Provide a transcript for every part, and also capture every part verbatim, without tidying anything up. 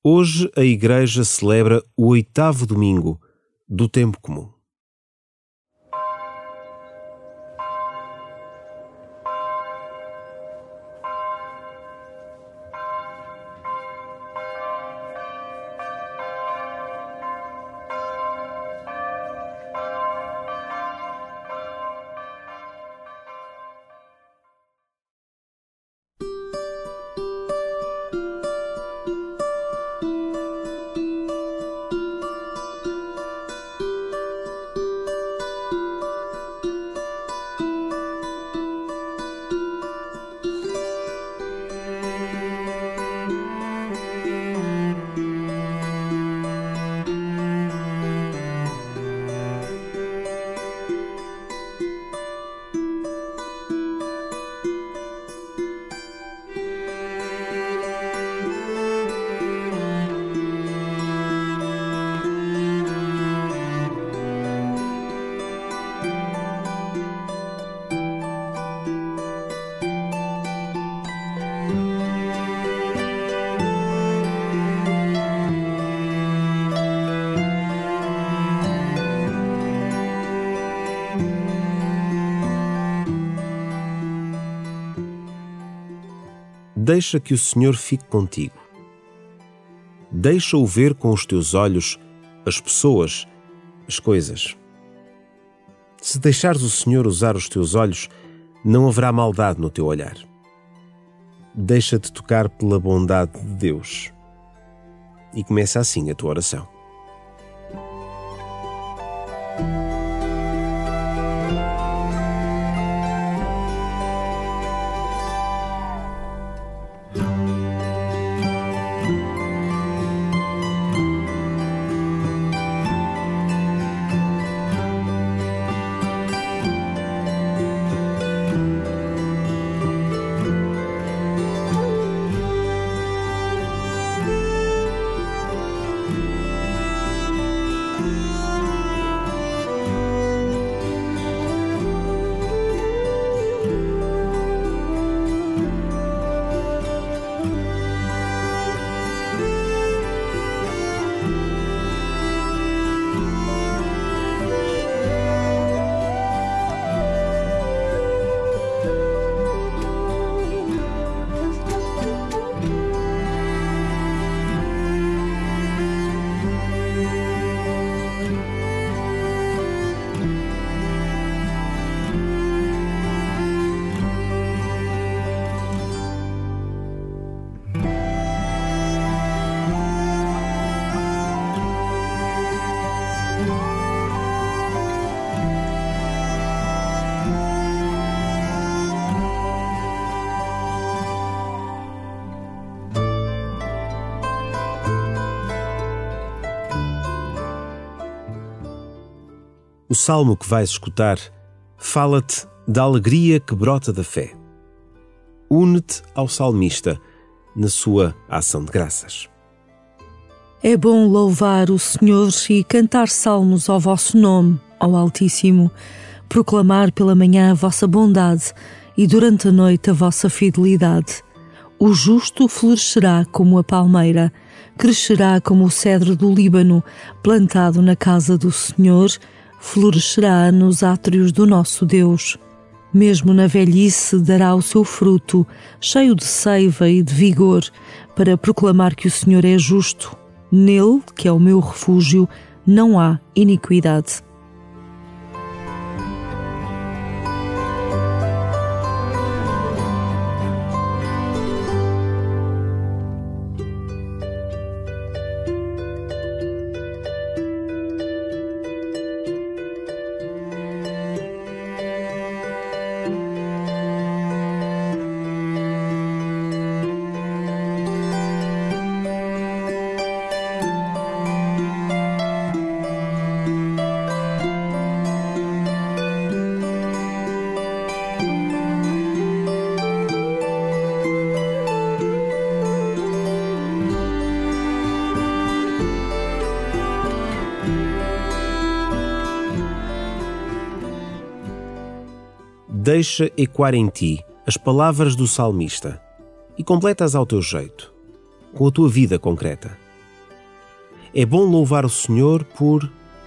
Hoje a Igreja celebra o oitavo domingo do tempo comum. Deixa que o Senhor fique contigo. Deixa-o ver com os teus olhos as pessoas, as coisas. Se deixares o Senhor usar os teus olhos, não haverá maldade no teu olhar. Deixa-te tocar pela bondade de Deus. E começa assim a tua oração. O salmo que vais escutar fala-te da alegria que brota da fé. Une-te ao salmista na sua ação de graças. É bom louvar o Senhor e cantar salmos ao vosso nome, ao Altíssimo, proclamar pela manhã a vossa bondade e durante a noite a vossa fidelidade. O justo florescerá como a palmeira, crescerá como o cedro do Líbano, plantado na casa do Senhor, florescerá nos átrios do nosso Deus. Mesmo na velhice dará o seu fruto, cheio de seiva e de vigor, para proclamar que o Senhor é justo. Nele, que é o meu refúgio, não há iniquidade. Deixa ecoar em ti as palavras do salmista e completa-as ao teu jeito, com a tua vida concreta. É bom louvar o Senhor por...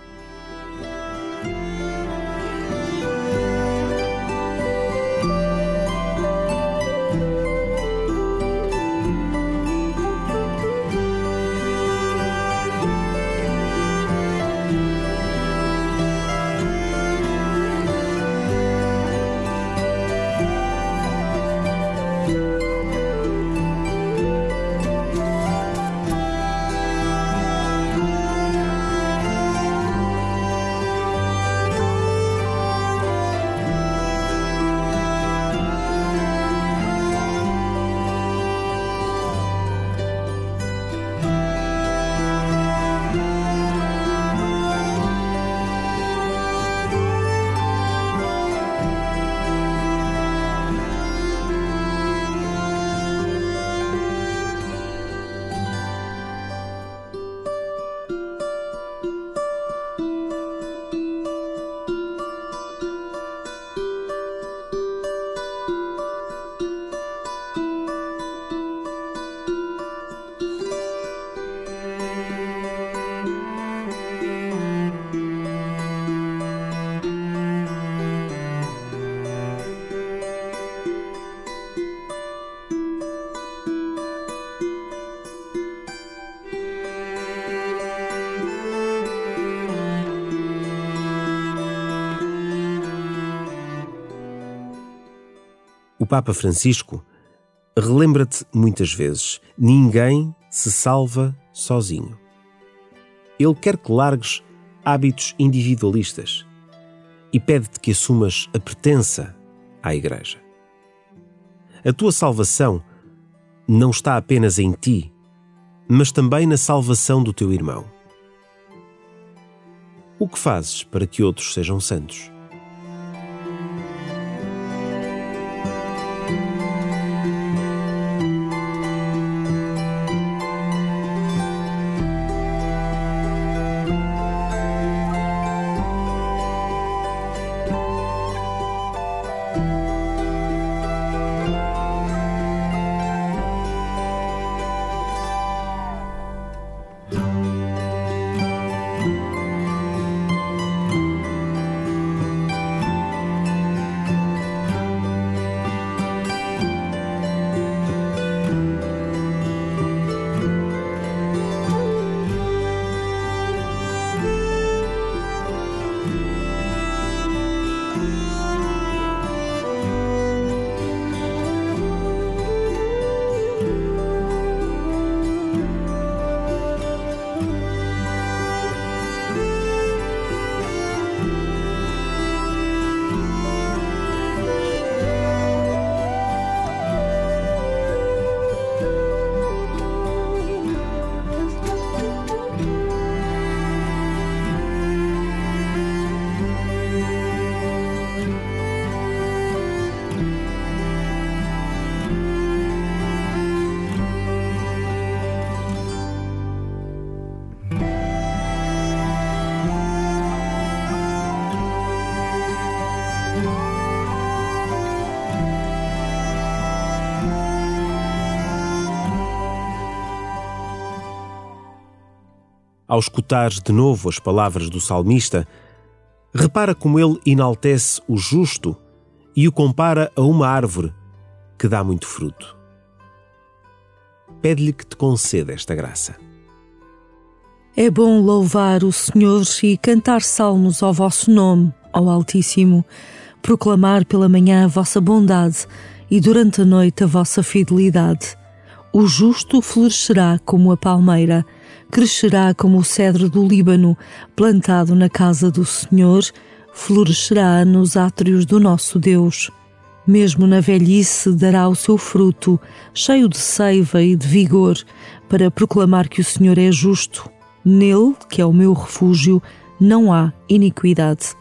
O Papa Francisco relembra-te muitas vezes: ninguém se salva sozinho. Ele quer que largues hábitos individualistas e pede-te que assumas a pertença à Igreja. A tua salvação não está apenas em ti, mas também na salvação do teu irmão. O que fazes para que outros sejam santos? Ao escutares de novo as palavras do salmista, repara como ele enaltece o justo e o compara a uma árvore que dá muito fruto. Pede-lhe que te conceda esta graça. É bom louvar o Senhor e cantar salmos ao vosso nome, ó Altíssimo, proclamar pela manhã a vossa bondade e durante a noite a vossa fidelidade. O justo florescerá como a palmeira, crescerá como o cedro do Líbano, plantado na casa do Senhor, florescerá nos átrios do nosso Deus. Mesmo na velhice dará o seu fruto, cheio de seiva e de vigor, para proclamar que o Senhor é justo. Nele, que é o meu refúgio, não há iniquidade.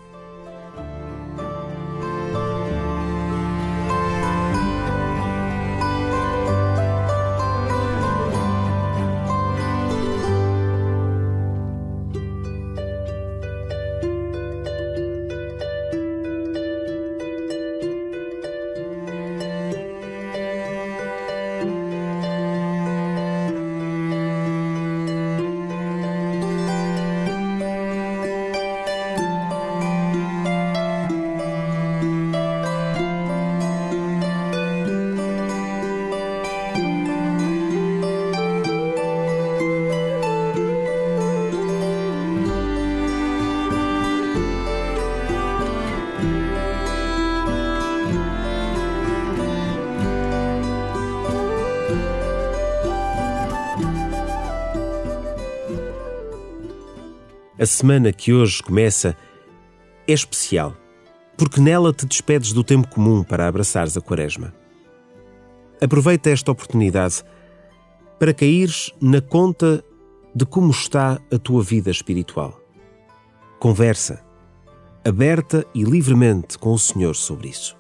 A semana que hoje começa é especial, porque nela te despedes do tempo comum para abraçares a Quaresma. Aproveita esta oportunidade para caíres na conta de como está a tua vida espiritual. Conversa, aberta e livremente com o Senhor sobre isso.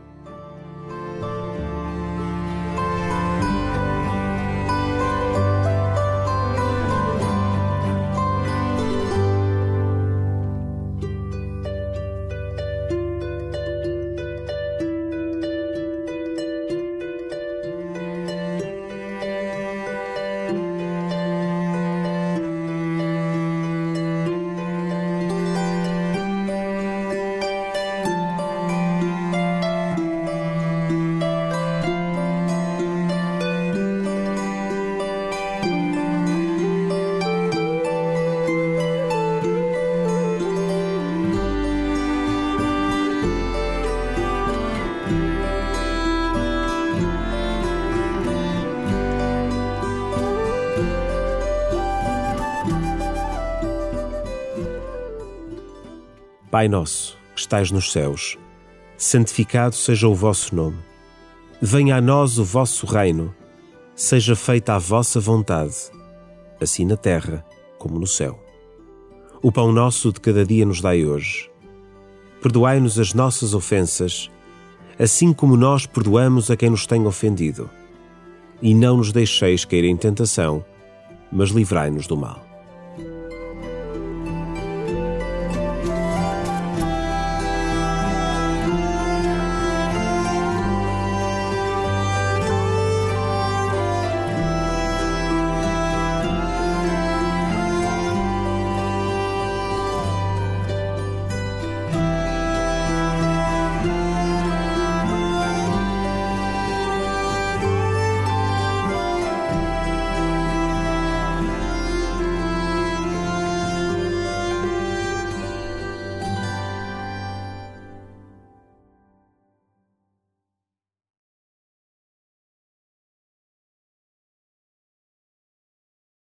Pai nosso, que estais nos céus, santificado seja o vosso nome. Venha a nós o vosso reino, seja feita a vossa vontade, assim na terra como no céu. O pão nosso de cada dia nos dai hoje. Perdoai-nos as nossas ofensas, assim como nós perdoamos a quem nos tem ofendido. E não nos deixeis cair em tentação, mas livrai-nos do mal.